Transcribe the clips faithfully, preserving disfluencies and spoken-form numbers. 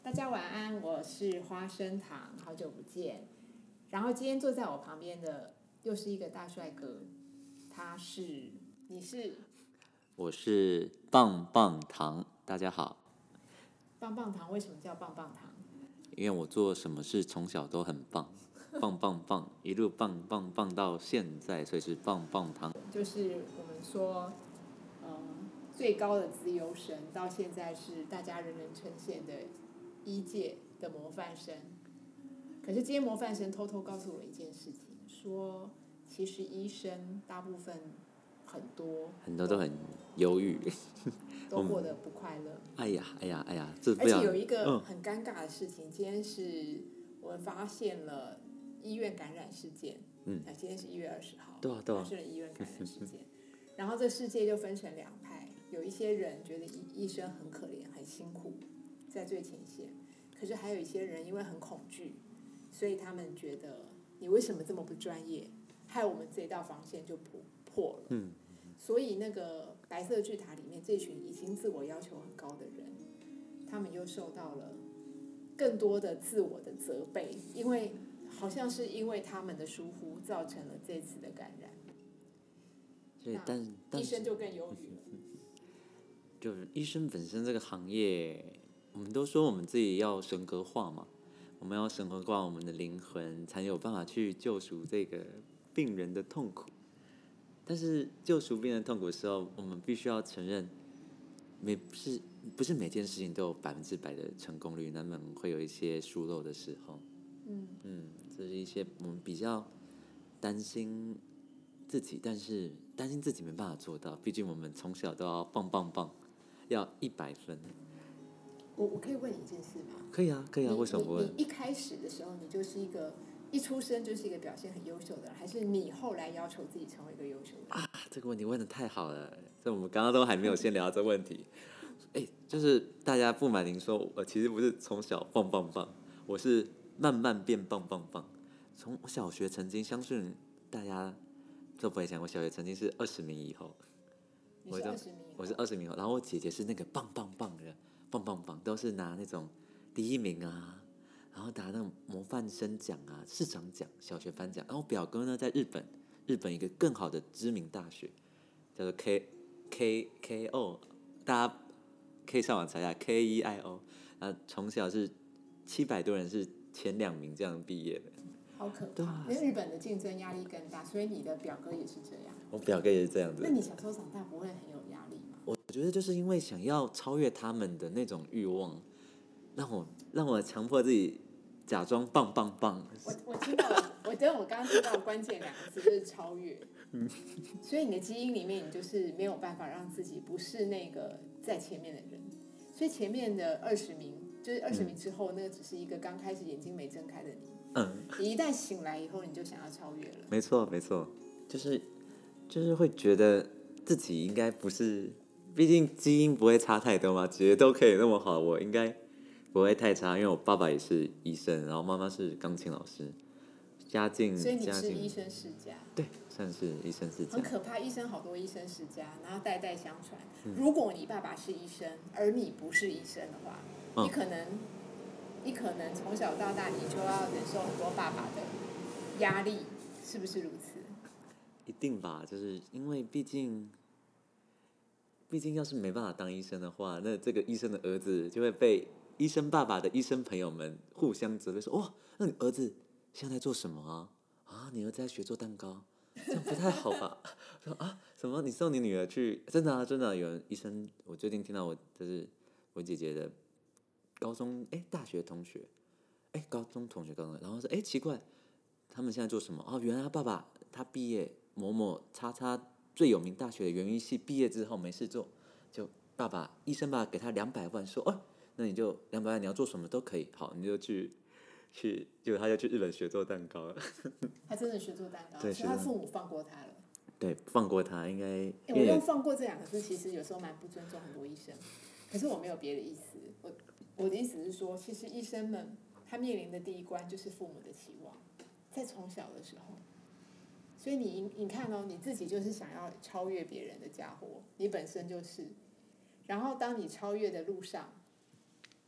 大家晚安，我是花生糖，好久不见。然后今天坐在我旁边的又是一个大帅哥，他是，你是？ 我是棒棒糖，大家好。 棒棒糖为什么叫棒棒糖？ 因为我做什么事从小都很棒，棒棒棒，一路棒棒棒到现在，所以是棒棒糖。 就是我们说，呃，最高的资优生，到现在是大家人人称羡的医界的模范生。可是今天模范生偷偷告诉我一件事情，说其实医生大部分很多很多都很忧郁， 都过得不快乐。 哎呀哎呀哎呀，这不而要且有一个很尴尬的事情，嗯、今天是我们发现了医院感染事件。嗯，啊，今天是一月二十号， 对啊对啊， 发生了医院感染事件。然后这世界就分成两派，有一些人觉得医医生很可怜、很辛苦，在最前线；可是还有一些人因为很恐惧，所以他们觉得你为什么这么不专业，害我们这道防线就破破了。嗯。所以那个白色巨塔里面这群已经自我要求很高的人，他们又受到了更多的自我的责备，因为好像是因为他们的疏忽造成了这次的感染。 所以但但医生就更忧郁了。 就是医生本身这个行业，我们都说我们自己要神格化嘛，我们要神格化我们的灵魂，才有办法去救赎这个病人的痛苦。但是救赎病人痛苦的时候，我们必须要承认，每不是不是每件事情都有百分之百的成功率，难免会有一些疏漏的时候。嗯嗯，这是一些我们比较担心自己，但是担心自己没办法做到，毕竟我们从小都要棒棒棒，要一百分。 我我可以问你一件事吗？ 可以啊，可以啊，为什么不问？ 你你一开始的时候，你就是一个一出生就是一个表现很优秀的人，还是你后来要求自己成为一个优秀的人？ 啊，这个问题问得太好了，这我们刚刚都还没有先聊这问题。哎，就是大家不瞒您说，我其实不是从小棒棒棒，我是慢慢变棒棒棒。从小学曾经，相信大家都不会想，我小学曾经是二十名以后。 你是二十名以后？ 我是二十名以后，然后我姐姐是那个棒棒棒的，棒棒棒都是拿那种第一名啊，然后拿那种模范生奖啊、市长奖、小学颁奖。然后我表哥呢，在日本，日本一个更好的知名大学，叫做 K K K O， 大家可以上网查一下 K E I O。啊，从小是七百多人是前两名这样毕业的。 好可怕！因为日本的竞争压力更大，所以你的表哥也是这样。 我表哥也是这样子。 那你小时候长大不会很有压力吗？ 我觉得就是因为想要超越他们的那种欲望，让我让我强迫自己假装棒棒棒。 我我听到了，我觉得我刚刚听到的关键两个字就是超越。嗯。所以你的基因里面，你就是没有办法让自己不是那个在前面的人。所以前面的二十名，就是二十名之后，嗯、那个只是一个刚开始眼睛没睁开的你。嗯。你一旦醒来以后，你就想要超越了。 没错，没错，就是就是会觉得自己应该不是。毕竟基因不会差太多嘛，姐姐都可以那么好，我应该不会太差，因为我爸爸也是医生，然后妈妈是钢琴老师，家境。 所以你是医生世家。 对，算是医生世家。 很可怕，医生好多医生世家，然后代代相传。嗯、如果你爸爸是医生，而你不是医生的话，嗯、你可能你可能从小到大你就要忍受很多爸爸的压力，是不是如此？ 一定吧，就是因为毕竟。毕竟，要是没办法当医生的话，那这个医生的儿子就会被医生爸爸的医生朋友们互相责备说：“哇，那你儿子现在在做什么啊？啊，你儿子在学做蛋糕，这样不太好吧？”说啊，什么？你送你女儿去？真的啊，真的、啊、有人医生，我最近听到我就是我姐姐的高中哎大学同学，哎高中同学高中，然后说哎奇怪，他们现在做什么？哦，原来他爸爸他毕业某某叉叉。最有名大学的园艺系毕业之后没事做，就爸爸医生爸爸给他两百万，说哦，那你就两百万你要做什么都可以，好你就去去，结果他就去日本学做蛋糕了。 他真的学做蛋糕，所以他父母放过他了。 对，放过他应该。 欸、我用放过这两个字，其实有时候蛮不尊重很多医生，可是我没有别的意思。我我的意思是说，其实医生们他面临的第一关就是父母的期望，在从小的时候。所以你你看哦，你自己就是想要超越别人的家伙，你本身就是。然后当你超越的路上，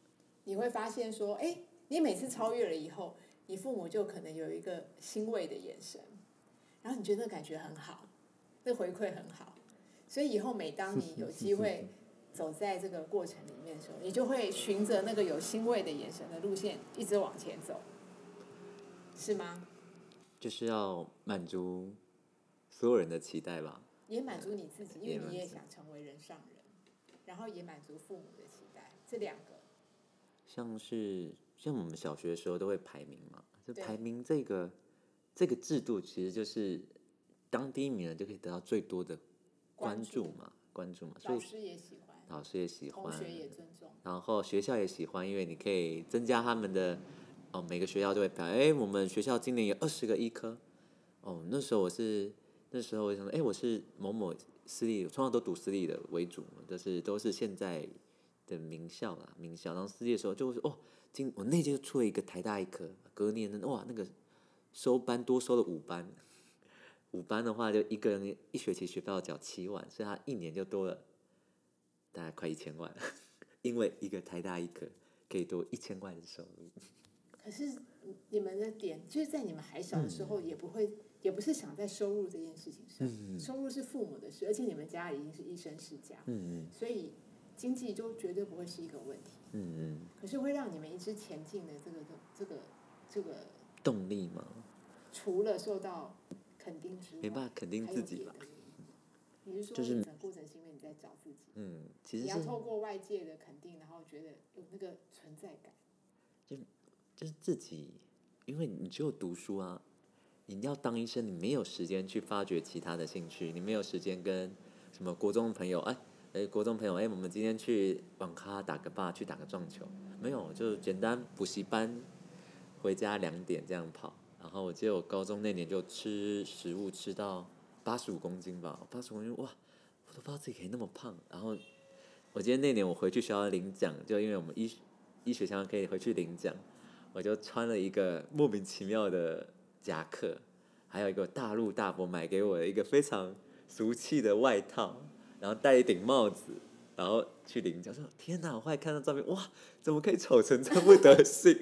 你会发现说，哎，你每次超越了以后，你父母就可能有一个欣慰的眼神，然后你觉得那感觉很好，那回馈很好，所以以后每当你有机会走在这个过程里面的时候，你就会循着那个有欣慰的眼神的路线一直往前走，是吗？ 就是要满足所有人的期待吧， 也满足你自己，因为你也想成为人上人，然后也满足父母的期待，这两个。 像是像我们小学的时候都会排名嘛，就排名这个这个制度其实就是当第一名的就可以得到最多的关注嘛，关注嘛，所以老师也喜欢， 老师也喜欢， 同学也尊重， 然后学校也喜欢，因为你可以增加他们的哦，每个学校都会排，哎，我们学校今年有二十个医科，哦，那时候我是那时候我想说，哎，我是某某私立，通常都读私立的为主，就是都是现在的名校啦，名校。然后私立的时候就会说，哦，今我那届就出了一个台大医科，隔年呢，哇，那个收班多收了五班，五班的话就一个人一学期学费要缴七万，所以他一年就多了大概快一千万，因为一个台大医科可以多一千万的收入。 可是你们的点就是在你们还小的时候，也不会、嗯，也不是想在收入这件事情上，嗯、收入是父母的事，而且你们家已经是一生世家，嗯、所以经济就绝对不会是一个问题。嗯嗯。可是会让你们一直前进的这个这个这个动力吗？ 除了受到肯定之外， 没办法肯定自己吧。 你是说，就是整个过程是因为你在找自己？ 嗯，其实你要透过外界的肯定，然后觉得有那个存在感。 就就是自己，因为你只有读书啊，你要当医生，你没有时间去发掘其他的兴趣，你没有时间跟什么国中朋友，哎，哎，国中朋友，哎，我们今天去网咖打个靶，去打个撞球，没有，就简单补习班，回家两点这样跑。然后我记得我高中那年就吃食物吃到八十五公斤吧，八十公斤，哇，我都不知道自己可以那么胖。然后我记得那年我回去学校领奖，就因为我们医医学校可以回去领奖。我就穿了一个莫名其妙的夹克，还有一个大陆大伯买给我的一个非常俗气的外套，然后戴一顶帽子，然后去领奖。说天哪！我后来看到照片，哇，怎么可以丑成这副德行？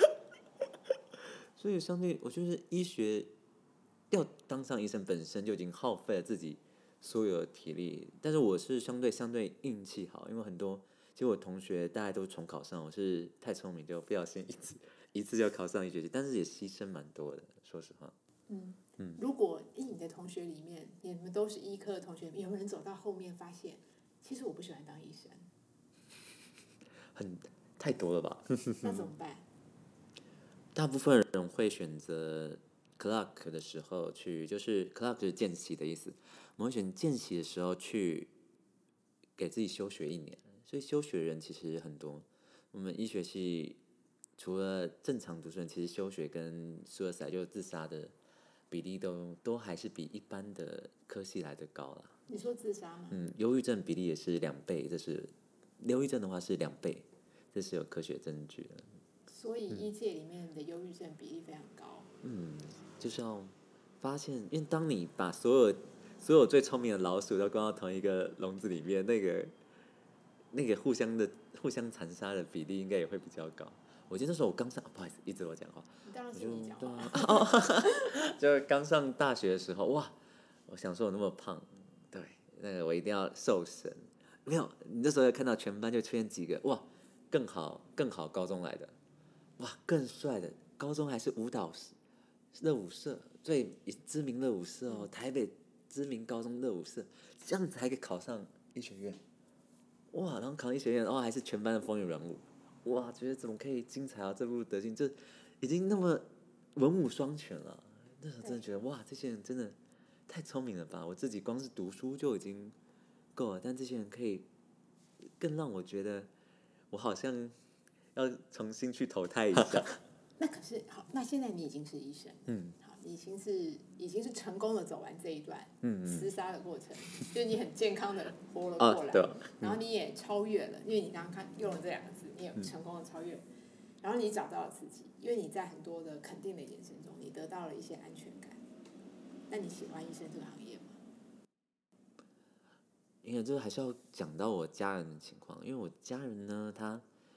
所以相对，我觉得医学要当上医生本身就已经耗费了自己所有的体力，但是我是相对相对运气好，因为很多其实我同学大家都重考上，我是太聪明就不小心一次一次就考上医学系，但是也牺牲蛮多的，说实话。 嗯嗯，如果以你的同学里面，你们都是医科的同学，有人走到后面发现，其实我不喜欢当医生， 很太多了吧？ 那怎么办？ 大部分人会选择 clerk 的时候去，就是 clerk 是见习的意思，我们会选见习的时候去给自己休学一年，所以休学人其实很多。我们医学系除了正常读书人，其实休学跟 suicide 就自杀的比例都都还是比一般的科系来的高啦。 你说自杀吗？ 嗯，忧郁症比例也是两倍，这是忧郁症的话是两倍，这是有科学证据的。 所以医界里面的忧郁症比例非常高。 嗯，就是要发现，因为当你把所有所有最聪明的老鼠都关到同一个笼子里面，那个那个互相的互相残杀的比例应该也会比较高。我记得那时候我刚上，不好意思，一直我讲话。 当然是你讲话。 啊、就刚上大学的时候，哇，我想说我那么胖，对，那个我一定要瘦身。没有，你那时候看到全班就出现几个哇，更好更好高中来的。哇，更帅的高中还是舞蹈热舞社，最知名热舞社哦，台北知名高中热舞社，这样子还可以考上医学院，哇，然后考医学院，然后还是全班的风云人物，哇，觉得怎么可以精彩啊？这部德行，这已经那么文武双全了，那时候真的觉得哇，这些人真的太聪明了吧！我自己光是读书就已经够了，但这些人可以更让我觉得我好像要重新去投胎一下。 那可是好，那现在你已经是医生，嗯，好，你已经是已经是成功的走完这一段嗯厮杀的过程，就你很健康的活了过来，啊对嗯、然后你也超越了，因为你刚刚看用了这两个字，你也成功的超越，嗯、然后你找到了自己，因为你在很多的肯定的眼神中，你得到了一些安全感。那你喜欢医生这个行业吗？ 因为这个还是要讲到我家人的情况，因为我家人呢，他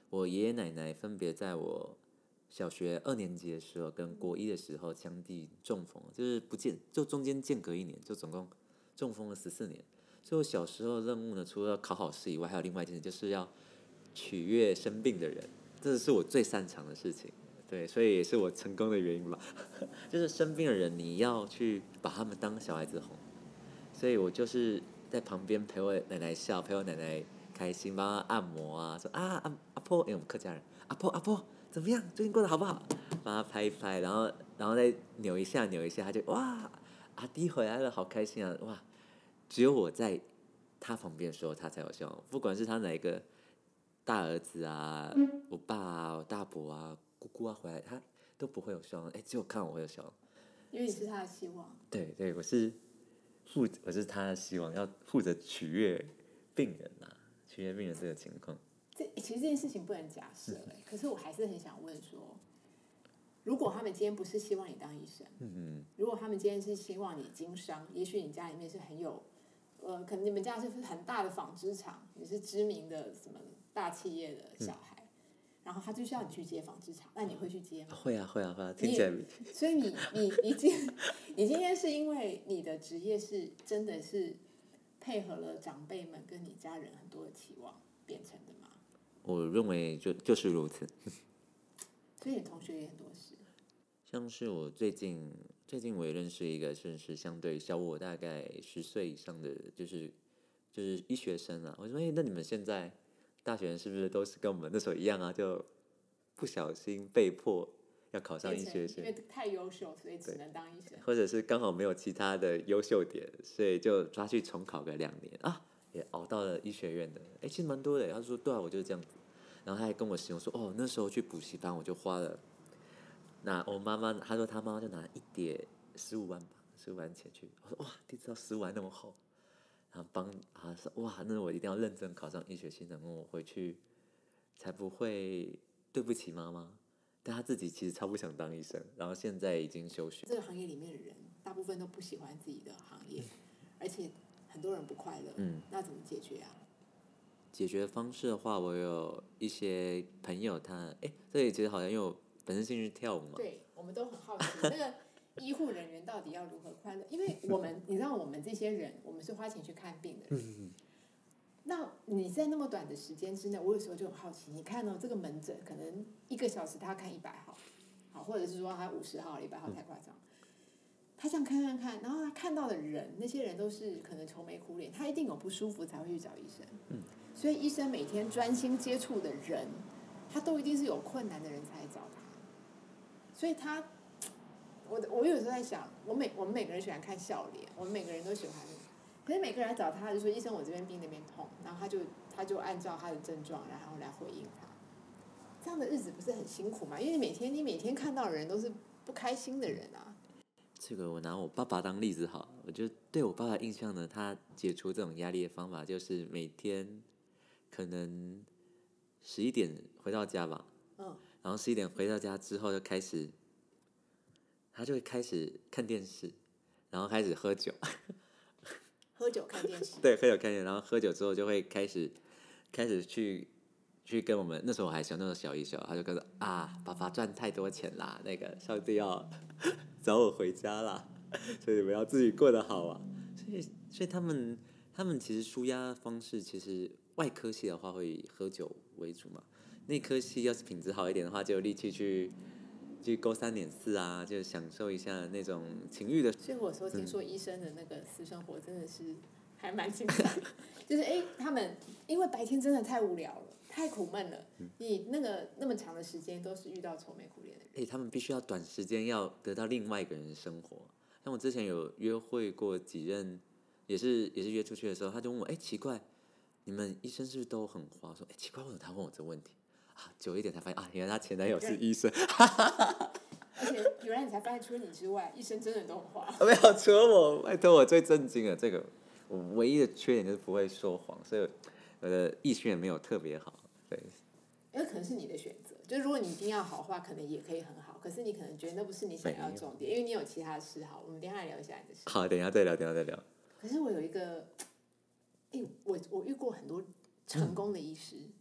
我爷爷奶奶分别在我小学二年级的时候跟国一的时候相继中风，就是不间就中间间隔一年，就总共中风了十四年。所以我小时候任务呢，除了考好试以外，还有另外一件事，就是要取悦生病的人，这是我最擅长的事情。对，所以也是我成功的原因吧。就是生病的人，你要去把他们当小孩子哄，所以我就是在旁边陪我奶奶笑，陪我奶奶开心，帮她按摩啊，说啊阿阿婆，因为我们客家人，阿婆阿婆怎么样？最近过得好不好？帮她拍一拍，然后然后再扭一下扭一下，她就哇阿弟回来了，好开心啊！哇，只有我在他旁边的时候，他才有笑容，不管是他哪一个大儿子啊、我爸啊、我大伯啊、姑姑啊回来，他都不会有笑容，哎，只有看我会有笑容。 因为你是他的希望。 对对，我是负，我是他的希望，要负责取悦病人啊，取悦病人这个情况。 这其实这件事情不能假设哎、可是我还是很想问说，如果他们今天不是希望你当医生， 嗯嗯， 如果他们今天是希望你经商，也许你家里面是很有，呃，可能你们家是很大的纺织厂，你是知名的什么大企业的小孩，嗯、然后他就需要你去接纺织厂，那你会去接吗？ 会啊会啊会啊，听起来。 所以你你你今你今天是因为你的职业是真的是配合了长辈们跟你家人很多的期望变成的吗？ 我认为就就是如此。 所以你同学也很多事。 像是我最近最近我也认识一个，甚至相对小我大概十岁以上的，就是就是医学生啊。我说，哎、欸，那你们现在大学生是不是都是跟我们那时候一样啊？就不小心被迫要考上医学生， 因为太优秀，所以只能当医生， 或者是刚好没有其他的优秀点，所以就抓去重考个两年啊，也熬到了医学院的。哎、欸，其实蛮多的。他说，对啊，我就是这样子。然后他还跟我形容说，哦，那时候去补习班我就花了。那我妈妈，她说她妈妈就拿一叠十五万吧，十五万钱去。我说哇，你知道十五万那么厚，然后帮她说哇，那我一定要认真考上医学系，然后我回去才不会对不起妈妈。但她自己其实超不想当医生，然后现在已经休学。 这个行业里面的人，大部分都不喜欢自己的行业，而且很多人不快乐。嗯，那怎么解决啊？ 解决方式的话，我有一些朋友他，哎，这里其实好像因为我本身兴趣跳舞嘛。 对，我们都很好奇那个医护人员到底要如何快乐，因为我们你知道我们这些人，我们是花钱去看病的人。嗯、那你在那么短的时间之内，我有时候就很好奇，你看哦，这个门诊可能一个小时他看一百号，好，或者是说他五十号、一百号太夸张。他这样看看看，然后他看到的人，那些人都是可能愁眉苦脸，他一定有不舒服才会去找医生。嗯，所以医生每天专心接触的人，他都一定是有困难的人才来找他。所以他，我我有时候在想，我每我们每个人喜欢看笑脸，我们每个人都喜欢，可是每个人来找他就说医生我这边病那边痛，然后他就他就按照他的症状，然后来回应他。这样的日子不是很辛苦吗？因为你每天你每天看到的人都是不开心的人啊。 这个我拿我爸爸当例子好，我就对我爸爸印象呢，他解除这种压力的方法就是每天可能十一点回到家吧，嗯，然后十一点回到家之后就开始，他就会开始看电视，然后开始喝酒， 喝酒看电视， 对，喝酒看电视，然后喝酒之后就会开始开始去去跟我们那时候我还小，那时候小一小，他就跟说啊，爸爸赚太多钱啦，那个上帝要找我回家啦，所以我要自己过得好啊。所以，所以他们他们其实舒压方式，其实外科系的话会以喝酒为主嘛，内科系要是品质好一点的话，就有力气去去勾三点四啊，就享受一下那种情欲的。 所以我说，听说医生的那个私生活真的是还蛮精彩，就是哎，他们因为白天真的太无聊了。太苦闷了，你那个那么长的时间都是遇到愁眉苦脸的人。 哎、欸，他们必须要短时间要得到另外一个人的生活。像我之前有约会过几任，也是也是约出去的时候，他就问我，哎、欸，奇怪，你们医生是不是都很花？说，哎、欸，奇怪，为什么他问我这个问题？啊，久一点才发现啊，原来他前男友是医生。 而且原来你才发现，除了你之外，医生真的都很花。 没有，除了我，拜托我最震惊了。这个我唯一的缺点就是不会说谎，所以我的医学也没有特别好。对， 因为可能是你的选择，就如果你一定要好的话，可能也可以很好。可是你可能觉得那不是你想要的重点，因为你有其他的嗜好。我们等一下来聊一下你的嗜好。 好，等一下再聊，等一下再聊。 可是我有一个，哎，我我遇过很多成功的医师，嗯、他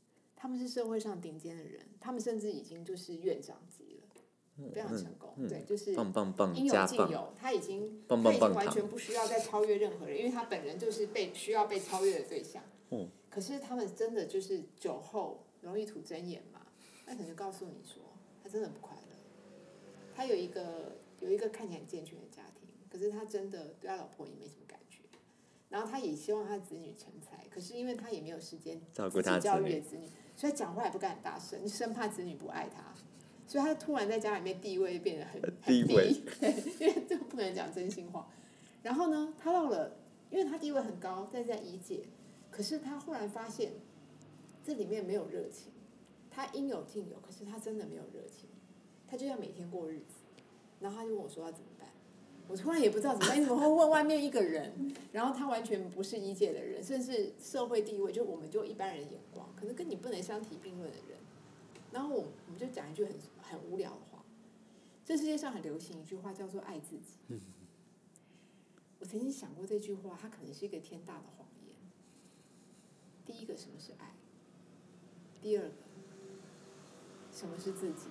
他们是社会上顶尖的人，他们甚至已经就是院长级了，非常成功。 嗯、 对，就是棒棒棒， 应有尽有，他已经棒棒棒他已经完全不需要再超越任何人，因为他本人就是被需要被超越的对象。 哦、 可是他们真的就是酒后容易吐真言嘛，那可能就告诉你说，他真的不快乐。他有一个有一个看起来很健全的家庭，可是他真的对他老婆也没什么感觉。然后他也希望他的子女成才，可是因为他也没有时间照顾他教育的子女，所以讲话也不敢很大声，生怕子女不爱他。所以他突然在家里面地位变得很很低，对，因为这不能讲真心话。然后呢，他到了，因为他地位很高，但是在医界，可是他忽然发现这里面没有热情，他应有尽有，可是他真的没有热情，他就要每天过日子。然后他就问我说要怎么办，我突然也不知道怎么办，你怎么会问外面一个人，然后他完全不是医界的人，甚至社会地位就我们就一般人眼光，可是跟你不能相提并论的人。然后我我们就讲一句很很无聊的话，这世界上很流行一句话叫做爱自己。嗯、我曾经想过这句话，它可能是一个天大的谎言。第一个，什么是爱？第二个，什么是自己？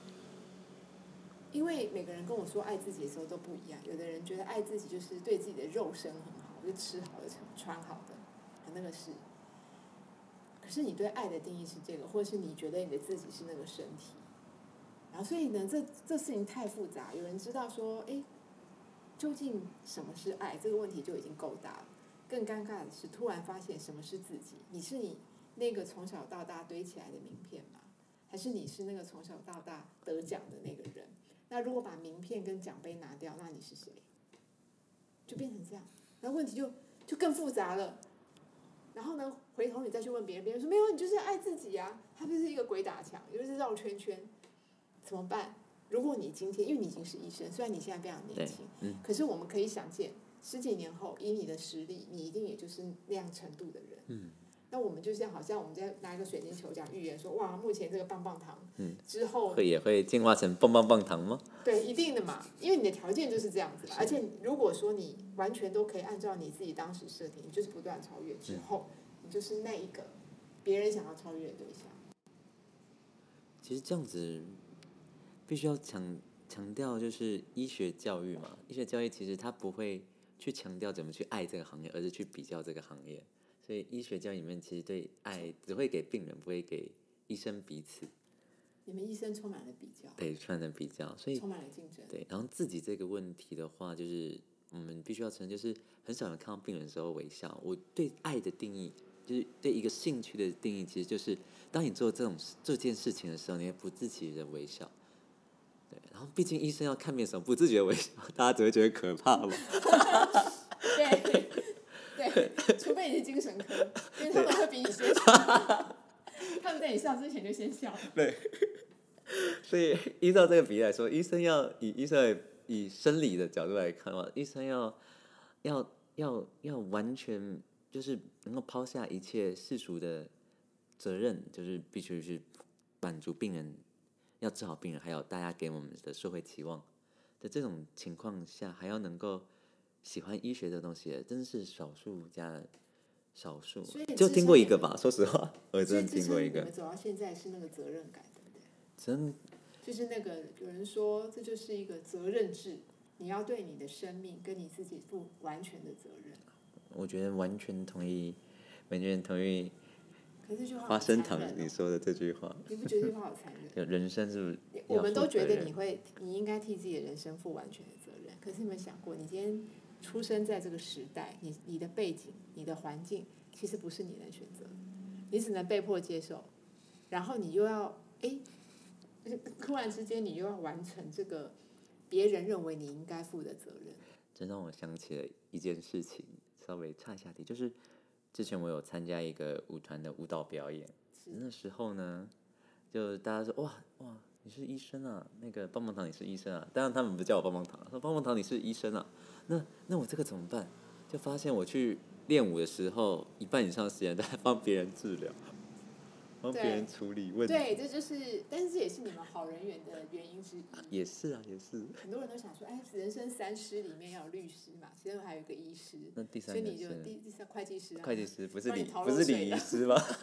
因为每个人跟我说爱自己的时候都不一样，有的人觉得爱自己就是对自己的肉身很好，就吃好的、穿好的，那个是。可是你对爱的定义是这个，或者是你觉得你的自己是那个身体，然后所以呢，这这事情太复杂。有人知道说，哎，究竟什么是爱？这个问题就已经够大了。更尴尬的是，突然发现什么是自己？你是你那个从小到大堆起来的名片吗？还是你是那个从小到大得奖的那个人？那如果把名片跟奖杯拿掉，那你是谁？就变成这样，那问题就就更复杂了。然后呢，回头你再去问别人，别人说没有，你就是爱自己啊，他就是一个鬼打墙，就是绕圈圈，怎么办？如果你今天，因为你已经是医生，虽然你现在非常年轻，嗯、可是我们可以想见，十几年后，以你的实力，你一定也就是那样程度的人。嗯、那我们就像好像我们在拿一个水晶球讲预言说，哇，目前这个棒棒糖，嗯、之后会也会进化成棒棒棒糖吗？ 对，一定的嘛，因为你的条件就是这样子嘛。而且如果说你完全都可以按照你自己当时设定，你就是不断超越之后，嗯、你就是那一个别人想要超越的对象。 其实这样子必须要强强调，就是医学教育嘛。医学教育其实它不会去强调怎么去爱这个行业，而是去比较这个行业。所以医学教育里面其实对爱只会给病人，不会给医生彼此。 你们医生充满了比较， 对，充满了比较，所以充满了竞争。 对，然后自己这个问题的话，就是我们必须要承认，就是很少人看到病人的时候微笑。我对爱的定义，就是对一个兴趣的定义，其实就是当你做这种这件事情的时候，你会不自觉的微笑。对，然后毕竟医生要看病的时候不自觉的微笑，大家只会觉得可怕嘛。 对对，除非你是精神科，因为他们会比你先笑。他们在你笑之前就先笑。 对。所以依照这个比例来说，医生要以医生以生理的角度来看的话，医生要要要要完全就是能够抛下一切世俗的责任，就是必须去满足病人，要治好病人，还有大家给我们的社会期望的这种情况下，还要能够喜欢医学的东西，真是少数加少数。就听过一个吧，说实话，我真的听过一个。 你们走到现在是那个责任感。 真就是那个有人说，这就是一个责任制，你要对你的生命跟你自己负完全的责任。 我觉得完全同意，完全同意。 可是这句话花生糖你说的这句话， 你不觉得这句话好残忍？ 人生是不是？ 我们都觉得你会，你应该替自己的人生负完全的责任。可是你有没有想过，你今天出生在这个时代，你你的背景、你的环境，其实不是你能选择，你只能被迫接受，然后你又要哎。突然之间，你又要完成这个别人认为你应该负的责任， 这让我想起了一件事情，稍微岔一下题，就是之前我有参加一个舞团的舞蹈表演，那时候呢，就大家说哇哇，你是医生啊，那个棒棒糖你是医生啊，当然他们不叫我棒棒糖，说棒棒糖你是医生啊，那那我这个怎么办？就发现我去练舞的时候，一半以上的时间都在帮别人治疗。帮别人处理问题， 对，这就是，但是这也是你们好人缘的原因之一。 也是啊，也是。 很多人都想说，哎，人生三师里面要有律师嘛，其中还有一个医师。 那第三所以你就第第三会计师啊。 会计师不是理不是礼仪师吗？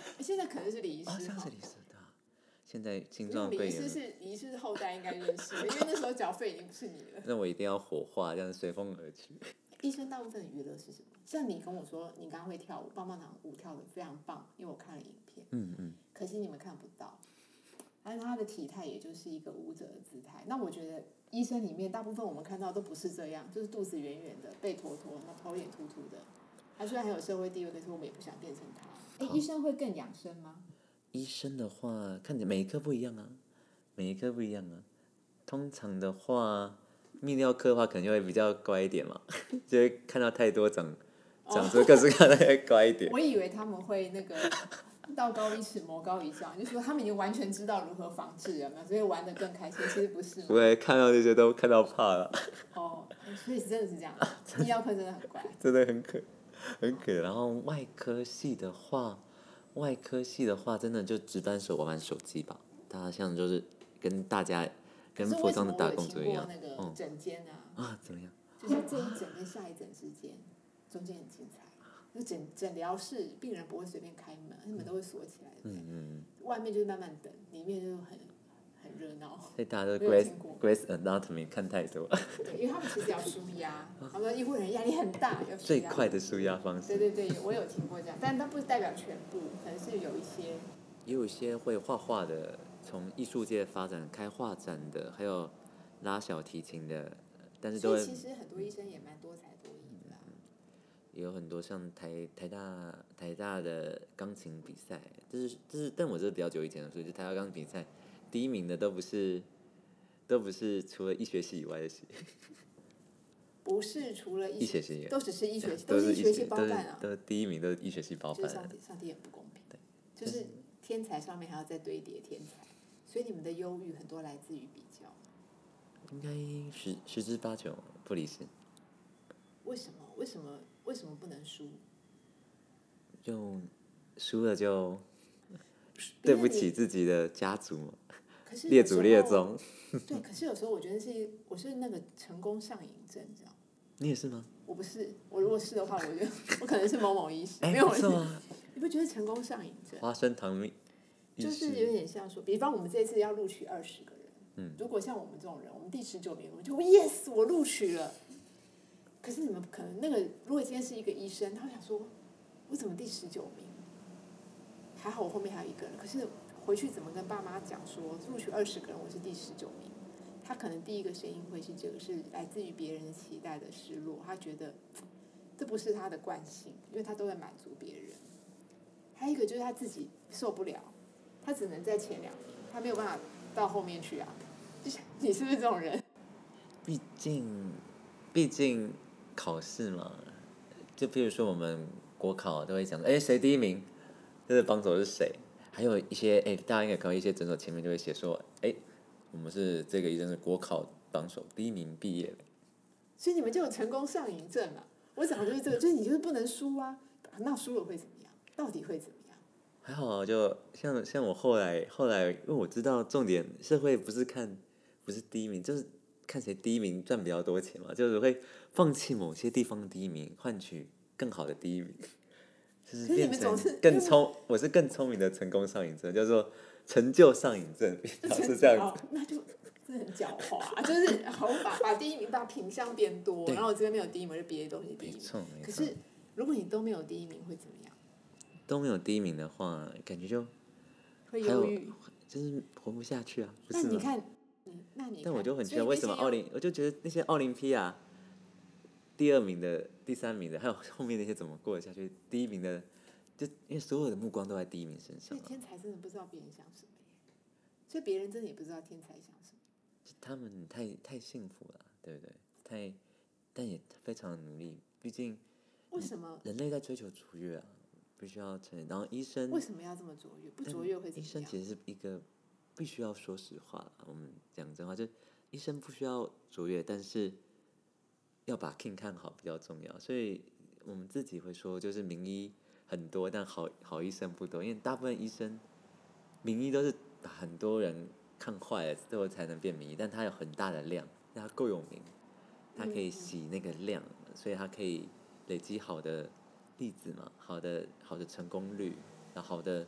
现在可能是李医师， 哦，像是李师的，现在青因为李医壮肺炎， 师是李医师后代应该认识的，因为那时候缴费已经不是你了。 那我一定要火化，这样随风而去。 医生大部分的娱乐是什么？像你跟我说，你刚刚会跳舞，棒棒糖舞跳的非常棒，因为我看了影片。 嗯嗯。 可惜你们看不到，但是他的体态也就是一个舞者的姿态。那我觉得医生里面大部分我们看到都不是这样，就是肚子圆圆的，背驼驼，头也秃秃的。他虽然很有社会地位，可是我们也不想变成他。哎，医生会更养生吗？ 医生的话，看每一科不一样啊，每一科不一样啊。通常的话，泌尿科的话可能就会比较乖一点嘛，就会看到太多长长出各式各样的会乖一点。 我以为他们会那个道高一尺，魔高一丈，就是说他们已经完全知道如何防治了嘛，所以玩得更开心。其实不是嘛。 不会看到这些都看到怕了。 哦，所以真的是这样，泌尿科真的很乖。 真的很可很可。然后外科系的话，外科系的话，真的就值班手玩玩手机吧。大家像就是跟大家跟普通的打工族一样。 那个诊间啊、 嗯。啊，怎么样？ 就是这一诊跟下一诊之间，中间很精彩。就诊诊疗室，病人不会随便开门，他们都会锁起来的。 嗯嗯。 外面就是慢慢等，里面就很很热闹。 所以大家都 Grace Grace Anatomy 看太多。 对，因为他们其实要舒压，他们医护人员压力很大，要最快的舒压方式。 对对对，我有听过这样，但它不代表全部，可能是有一些。 也有一些会画画的，从艺术界发展开画展的，还有拉小提琴的，但是都会。 所以其实很多医生也蛮多才多艺的啦。 也有很多像台台大台大的钢琴比赛，这是这是，但我这是比较久以前的事，就台大钢琴比赛，第一名的都不是，都不是除了医学系以外的系。 不是除了医学系以外， 都只是医学系， 都是医学系包办啊。 都是第一名都是医学系包办。 就是上帝，上帝很不公平。对，就是天才上面还要再堆叠天才，所以你们的忧郁很多来自于比较。 应该十十之八九不离十。 为什么？为什么？为什么不能输？ 就输了就对不起自己的家族嘛，列祖列宗。 对，可是有时候我觉得是我是那个成功上瘾症，你知道吗？ 你也是吗？ 我不是，我如果是的话，我觉得我可能是某某医师。 哎， 没有不错啊。 你不觉得成功上瘾症？ 花生糖蜜。 就是有点像说，比方我们这次要录取二十个人， 嗯， 如果像我们这种人，我们第十九名，我们就 yes， 我录取了。可是你们可能那个，如果今天是一个医生，他会想说，我怎么第十九名？还好我后面还有一个人，可是回去怎么跟爸妈讲说，录取二十个人，我是第十九名？他可能第一个声音会是这个，是来自于别人的期待的失落，他觉得这不是他的惯性，因为他都在满足别人。还有一个就是他自己受不了，他只能在前两名，他没有办法到后面去啊。就是你是不是这种人？ 毕竟，毕竟考试嘛，就比如说我们国考都会讲，哎，谁第一名，这个帮手是谁？还有一些，哎，大家应该看到一些诊所前面就会写说，哎，我们是这个医生是国考帮手第一名毕业的。 所以你们就有成功上瘾症啊！我讲的就是这个，就是你就是不能输啊，那输了会怎么样？到底会怎么样？ 还好，就像像我后来后来，因为我知道重点社会不是看不是第一名，就是看谁第一名赚比较多钱嘛，就是会放弃某些地方的第一名，换取更好的第一名，就是变成更聪，我是更聪明的成功上瘾症，叫做成就上瘾症，是这样子。 那就真的很狡猾、啊，就是好把把第一名把品项变多，然后我这边没有第一名，就别的东西第一名。 没错没错。 可是如果你都没有第一名，会怎么样？ 都没有第一名的话，感觉就会忧郁， 就是活不下去啊，不是吗？ 那你看，嗯，那你看， 但我就很觉得为什么奥林，我就觉得那些奥林匹亚第二名的、第三名的，还有后面那些怎么过得下去？第一名的，就因为所有的目光都在第一名身上、啊。 所以天才真的不知道别人想什么耶，所以别人真的也不知道天才想什么。 他们太太幸福了，对不对？太，但也非常的努力，毕竟为什么人类在追求卓越啊？必须要承认。然后医生为什么要这么卓越？不卓越会怎么样？ 医生其实是一个必须要说实话啦，我们讲真话，就医生不需要卓越，但是要把 King 看好比较重要。所以我们自己会说，就是名医很多，但好好医生不多，因为大部分医生名医都是把很多人看坏了之后才能变名医，但他有很大的量，他够有名，他可以洗那个量，所以他可以累积好的例子嘛，好的好的成功率，然后好的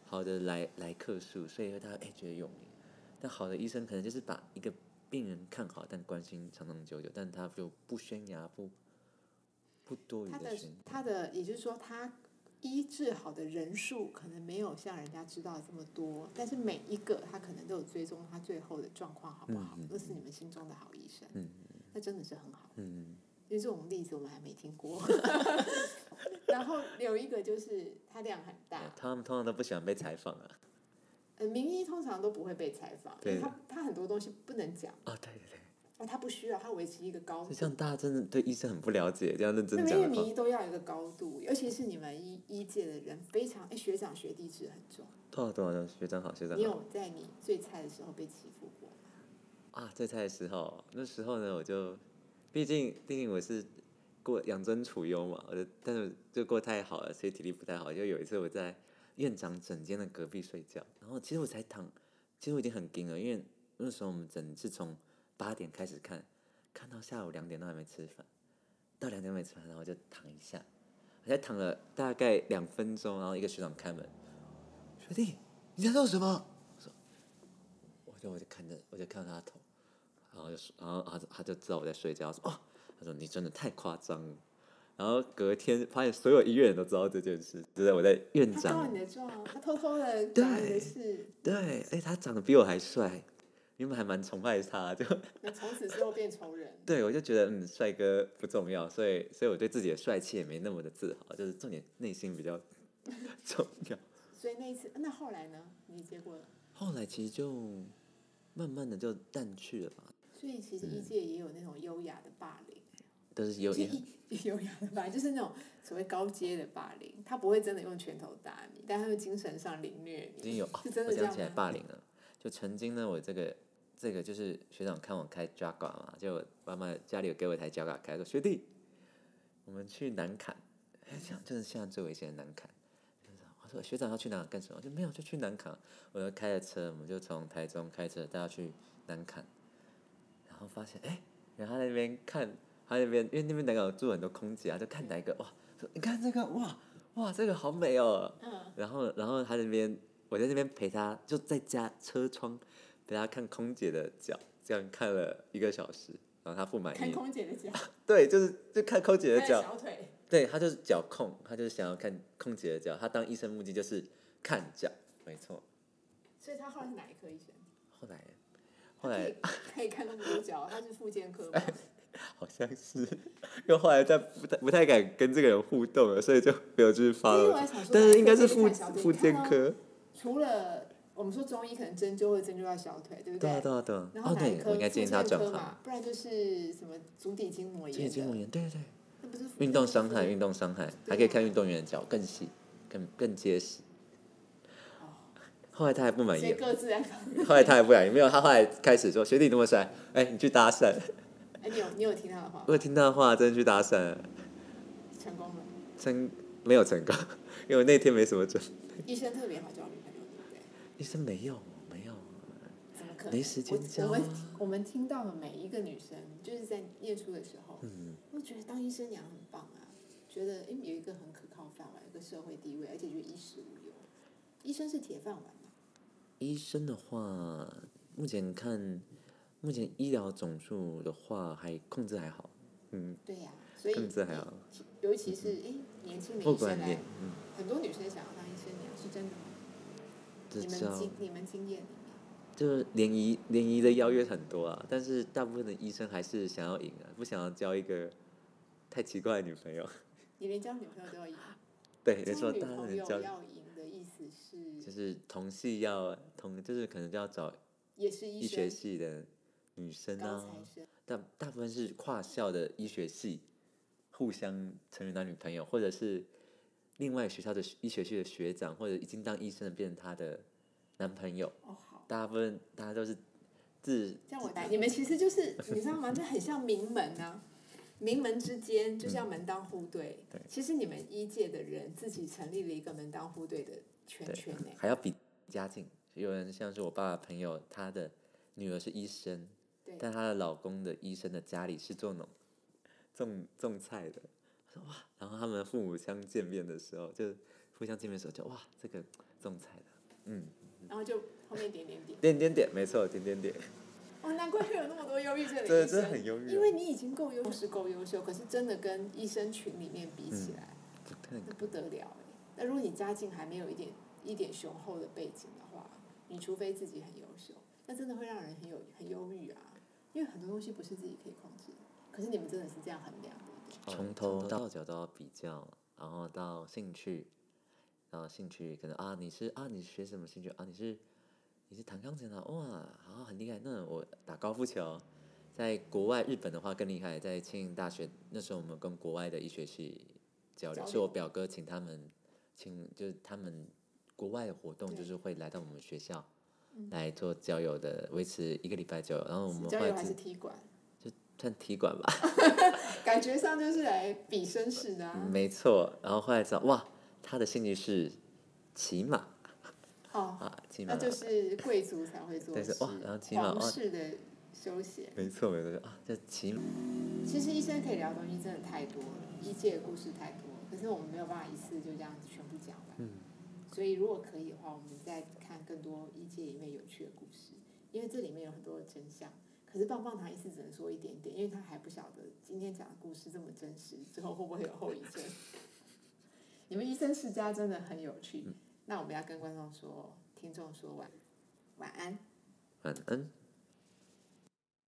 好的来来客数，所以大家哎觉得有名。但好的医生可能就是把一个病人看好，但关心长长久久，但他就不宣扬，不不多余他的的宣扬。 他的，也就是说，他医治好的人数可能没有像人家知道的这么多，但是每一个他可能都有追踪他最后的状况好不好， 嗯嗯那是你们心中的好医生， 嗯那真的是很好。 嗯因为这种例子我们还没听过。然后有一个就是他量很大， 他们通常都不喜欢被采访啊。 呃，名医通常都不会被采访，因为他他很多东西不能讲。 哦，对对对。 哦，他不需要，他维持一个高度。 这样大家真的对医生很不了解，这样认真那讲的话。 因为名医都要有一个高度，尤其是你们医医界的人非常，哎，学长学弟制很重。 多少多少学长好，学长好。 你有在你最菜的时候被欺负过吗？ 啊，最菜的时候，那时候呢，我就，毕竟毕竟我是过养尊处优嘛，我就但是就过太好了，所以体力不太好。就有一次我在院长诊间的隔壁睡觉，然后其实我才躺，其实我已经很惊了，因为那时候我们诊是从八点开始看，看到下午两点都还没吃饭，到两点没吃饭，然后我就躺一下，我才躺了大概两分钟，然后一个学长开门，学弟你在做什么？我说，我就我就看着我就看着他的头。然后就说，然后他他就知道我在睡觉，说哦，他说你真的太夸张了。然后隔天发现所有医院人都知道这件事，就是我在院他长。 告你的状，他偷偷的讲你的事。 对，哎，他长得比我还帅，原本还蛮崇拜他，就。 那从此之后变仇人。 对，我就觉得嗯，帅哥不重要，所以所以我对自己的帅气也没那么的自豪，就是重点内心比较重要。 所以那一次，那后来呢？你结果？ 后来其实就慢慢的就淡去了吧。 所以其实医界也有那种优雅的霸凌， 都是有也优雅的霸凌，就是那种所谓高阶的霸凌，他不会真的用拳头打你，但他会精神上凌虐你。 已经有， 是真的我想起来这样吗？ 霸凌了。就曾经呢，我这个这个就是学长看我开 Jaguar 嘛，就妈妈家里有给我一台 Jaguar 开，说学弟，我们去南坎，哎，这样就是现在最危险的南坎。我说学长要去哪干什么？我就没有，就去南坎。我就开着车，我们就从台中开车带他去南坎。然后发现，哎，然后他那边看，他那边因为那边南港住很多空姐啊，就看哪一个哇，说你看这个哇哇这个好美哦。 嗯。 然后然后他那边我在那边陪他，就在家车窗陪他看空姐的脚，这样看了一个小时，然后他不满意。 看空姐的脚。 对，就是就看空姐的脚。 小腿。 对，他就是脚控，他就是想要看空姐的脚，他当医生目的就是看脚，没错。 所以他后来是哪一科医生？ 后来。后来可以看那么多脚，他是复健科吗？ 好像是，因为后来在不太不太敢跟这个人互动了，所以就没有继续发了。但是应该是复复健科。 除了我们说中医可能针灸会针灸到小腿，对不对？ 对啊对啊对啊。 然后哪一科？ 我应该建议他转行。 不然就是什么足底筋膜炎。 足底筋膜炎，对对对。 那不是运动伤害，运动伤害，还可以看运动员的脚更细，更更结实。后来他还不满意，后来他还不满意，没有，他后来开始说学弟那么帅，哎，你去搭讪。 哎，你有你有听他的话？ 我有听他的话，真的去搭讪。 成功了？ 成没有成功，因为我那天没什么准备。 医生特别好交女朋友，对不对？ 医生没有，没有。 怎么可能？ 没时间教、啊。 我们我们听到的每一个女生，就是在念书的时候， 嗯， 我觉得当医生娘很棒啊，觉得哎有一个很可靠饭碗，有个社会地位，而且觉得衣食无忧。医生是铁饭碗吗？ 医生的话，目前看，目前医疗总数的话还控制还好，嗯。 对呀、啊，所以控制还好。 尤其是哎、嗯、年轻的医生来，嗯，很多女生想要当医生娘，是真的吗？你们经你们经验里面， 就是联谊联谊的邀约很多啊，但是大部分的医生还是想要赢啊，不想要交一个太奇怪的女朋友。 你连交女朋友都要赢？ 对，没错， 交女朋友要赢的意思是， 就是同系要同，就是可能就要找也是医学系的女生啊，但大部分是跨校的医学系，互相成为男女朋友，或者是另外学校的医学系的学长，或者已经当医生的变成他的男朋友。 哦，好， 大部分大家都是自。 这样我来，你们其实就是你知道吗？这很像名门啊。名门之间就是要门当户对、 嗯、 其实你们医界的人自己成立了一个门当户对的圈圈呢， 还要比家境。有人像是我爸的朋友，他的女儿是医生，但她的老公的医生的家里是做农种种菜的。他说哇，然后他们父母相见面的时候，就互相见面的时候就哇，这个种菜的嗯， 然后就后面点点点。 点点点，没错，点点点。 哦，难怪会有那么多忧郁症的医这生， 这很忧郁、啊。 因为你已经够优是够优秀，可是真的跟医生群里面比起来， 嗯、 那不得了哎。那如果你家境还没有一点一点雄厚的背景的话，你除非自己很优秀，那真的会让人很有很忧郁啊。因为很多东西不是自己可以控制的，可是你们真的是这样衡量的。 从头到脚都要比较，然后到兴趣，然后兴趣可能啊你是啊你学什么兴趣啊你是你是弹钢琴啊哇好很厉害，那我打高尔夫球，在国外日本的话更厉害，在庆应大学那时候我们跟国外的医学系交流，是我表哥请他们请就是他们国外的活动就是会来到我们学校。来做交友的，维持一个礼拜交友，然后我们交友还是踢馆？ 就算踢馆吧。 感觉上就是来比绅士的啊。 没错，然后后来知道哇，他的兴趣是骑马。 哦， 啊，骑马。 那就是贵族才会做的事。 哇，然后骑马， 皇室的休闲。 没错没错啊，这骑马。 其实医生可以聊的东西真的太多了，医界的故事太多了，可是我们没有办法一次就这样子全部讲完。嗯。所以如果可以的话，我们再看更多医界里面有趣的故事，因为这里面有很多的真相。可是棒棒糖一次只能说一点点，因为他还不晓得今天讲的故事这么真实，之后会不会有后遗症。你们医生世家真的很有趣，那我们要跟观众说、听众说晚晚安， 晚安。